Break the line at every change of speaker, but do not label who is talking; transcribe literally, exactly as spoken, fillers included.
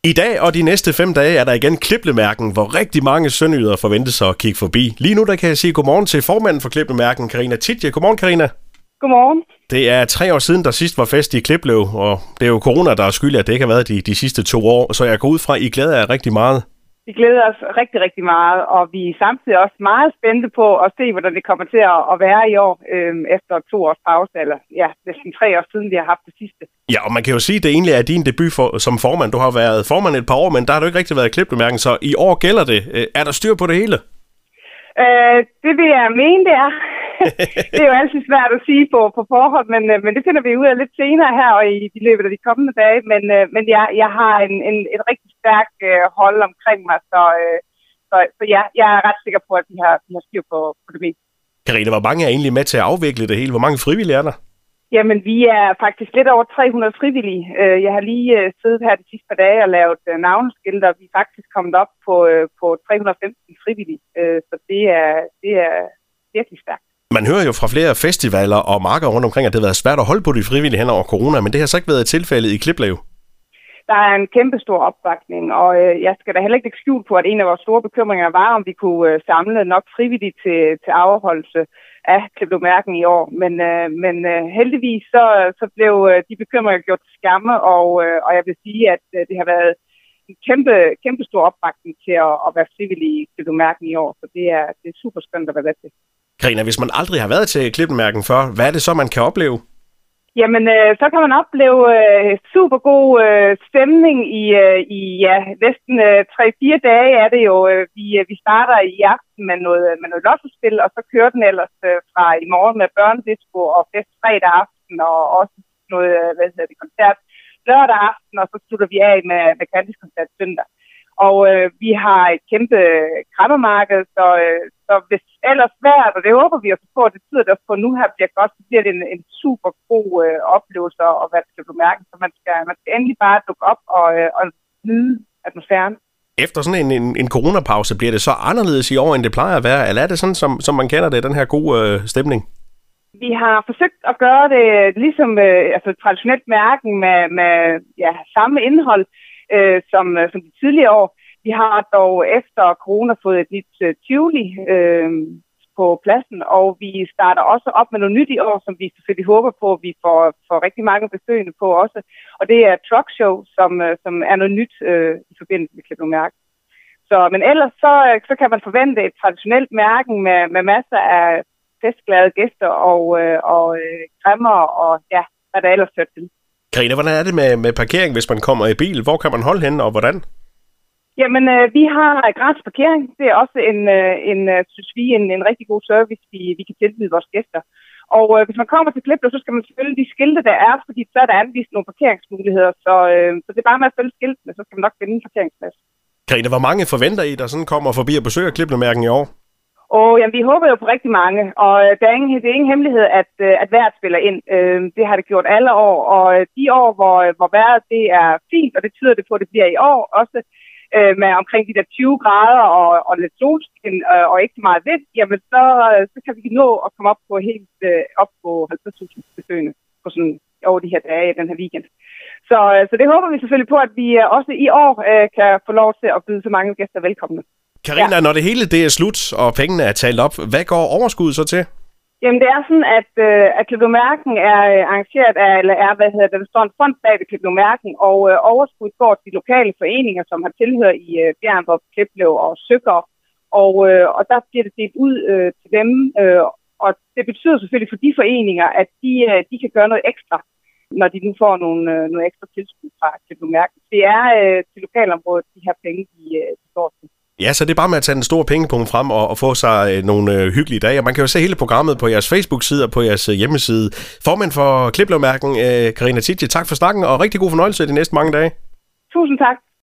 I dag og de næste fem dage er der igen Kliplemærken, hvor rigtig mange sønderjyder forventes at kigge forbi. Lige nu der kan jeg sige godmorgen til formanden for Kliplemærken, Karina Tidje. Godmorgen, Karina.
Godmorgen.
Det er tre år siden, der sidst var fest i Kliplev, og det er jo corona, der er skyld, at det ikke har været de, de sidste to år. Så jeg går ud fra, at I glæder jer rigtig meget.
Vi glæder os rigtig, rigtig meget, og vi er samtidig også meget spændte på at se, hvordan det kommer til at være i år, øh, efter to års pause, eller ja, næsten tre år siden, vi har haft det sidste.
Ja, og man kan jo sige, at det egentlig er din debut for, som formand. Du har været formand et par år, men der har du ikke rigtig været i Kliplemærken, så i år gælder det. Er der styr på det hele?
Øh, det vil jeg mene, det er. Det er jo altid svært at sige på, på forhånd, men, men det finder vi ud af lidt senere her og i de løbet af de kommende dage. Men, men jeg, jeg har en, en, et rigtig stærkt øh, hold omkring mig, så, øh, så, så ja, jeg er ret sikker på, at vi har, vi har styr på, på det meste.
Karina, hvor mange er egentlig med til at afvikle det hele? Hvor mange frivillige er der?
Jamen, vi er faktisk lidt over tre hundrede frivillige. Jeg har lige siddet her de sidste par dage og lavet navneskilte, og vi er faktisk kommet op på, på tre hundrede og femten frivillige. Så det er, det er virkelig stærkt.
Man hører jo fra flere festivaler og marker rundt omkring, at det har været svært at holde på de frivillige hen over corona, men det har så ikke været tilfældet i Kliplev.
Der er en kæmpe stor opbakning, og jeg skal da heller ikke lægge skjul på, at en af vores store bekymringer var, om vi kunne samle nok frivillige til, til afholdelse af Kliplemærken i år. Men, men heldigvis så, så blev de bekymringer gjort til skamme, og, og jeg vil sige, at det har været en kæmpe, kæmpe stor opbakning til at, at være frivillig i Kliplemærken i år, så det er, det er super skønt at være med til.
Karina, hvis man aldrig har været til Kliplemærken før, hvad er det så, man kan opleve?
Jamen, øh, så kan man opleve øh, super god øh, stemning i, øh, i ja, næsten øh, tre-fire dage er det jo. Øh, vi, øh, vi starter i aften med noget, med noget lottospil, og så kører den ellers øh, fra i morgen med børnedisco og fest fredag aften, og også noget, hvad hedder det, koncert lørdag aften, og så slutter vi af med, med kandiskoncert søndag. Og øh, vi har et kæmpe krammermarked, så, øh, så hvis ellers svært, og det håber vi også på, det betyder det også på nu her bliver godt, så bliver det en, en super god øh, oplevelse, og hvad skal du mærke, så man skal, man skal endelig bare dukke op og, øh, og nyde atmosfæren.
Efter sådan en, en, en coronapause, bliver det så anderledes i år, end det plejer at være, eller er det sådan, som, som man kender det, den her gode øh, stemning?
Vi har forsøgt at gøre det ligesom øh, altså traditionelt mærken med, med ja, samme indhold, Øh, som, øh, som de tidligere år. Vi har dog efter corona fået et nyt øh, Tivoli øh, på pladsen, og vi starter også op med noget nyt i år, som vi selvfølgelig håber på, at vi får, får rigtig mange besøgende på også. Og det er Truck Show, som, øh, som er noget nyt øh, i forbindelse med Kliplemærken. Så, men ellers så, øh, så kan man forvente et traditionelt mærken med, med masser af festglade gæster og, øh, og øh, græmmer og ja, hvad der ellers hører til.
Karina, hvordan er det med, med parkering, hvis man kommer i bil? Hvor kan man holde henne, og hvordan?
Jamen, øh, vi har gratis parkering. Det er også en, øh, en øh, synes vi, en, en rigtig god service, vi, vi kan tilbyde vores gæster. Og øh, hvis man kommer til Kliplev, så skal man følge de skilte, der er, fordi så er der anvist nogle parkeringsmuligheder. Så, øh, så det er bare med at følge skiltene, så skal man nok finde en parkeringsplads.
Karina, hvor mange forventer I, der sådan kommer forbi og besøger Kliplemærken i år?
Og jamen, vi håber jo på rigtig mange, og der er ingen, det er ingen hemmelighed, at, at vejret spiller ind. Det har det gjort alle år, og de år, hvor, hvor vejret det er fint, og det tyder det på, at det bliver i år også, med omkring de der tyve grader og, og lidt solskin og ikke så meget vind, jamen så, så kan vi nå at komme op på helt op på halvtreds tusind besøgende på sådan, over de her dage, den her weekend. Så, så det håber vi selvfølgelig på, at vi også i år kan få lov til at byde så mange gæster velkomne.
Karina, ja. Når det hele det er slut, og pengene er talt op, hvad går overskuddet så til?
Jamen det er sådan, at, øh, at Kliplemærken er arrangeret af, eller er, hvad hedder det, der står en fond bag ved Kliplemærken, og øh, overskuddet går til de lokale foreninger, som har tilhør i øh, Bjernborg, Kliplev og Søkker, og, øh, og der bliver det delt ud øh, til dem, øh, og det betyder selvfølgelig for de foreninger, at de, øh, de kan gøre noget ekstra, når de nu får nogle, øh, noget ekstra tilskud fra Kliplemærken. Det er øh, til lokalområdet, de her penge, de, øh, de står til.
Ja, så det er bare med at tage den store pengepunkt frem og, og få sig øh, nogle øh, hyggelige dage. Og man kan jo se hele programmet på jeres Facebook-side og på jeres øh, hjemmeside. Formand for Kliplemærken, øh, Karina Tidje, tak for snakken, og rigtig god fornøjelse de næste mange dage.
Tusind tak.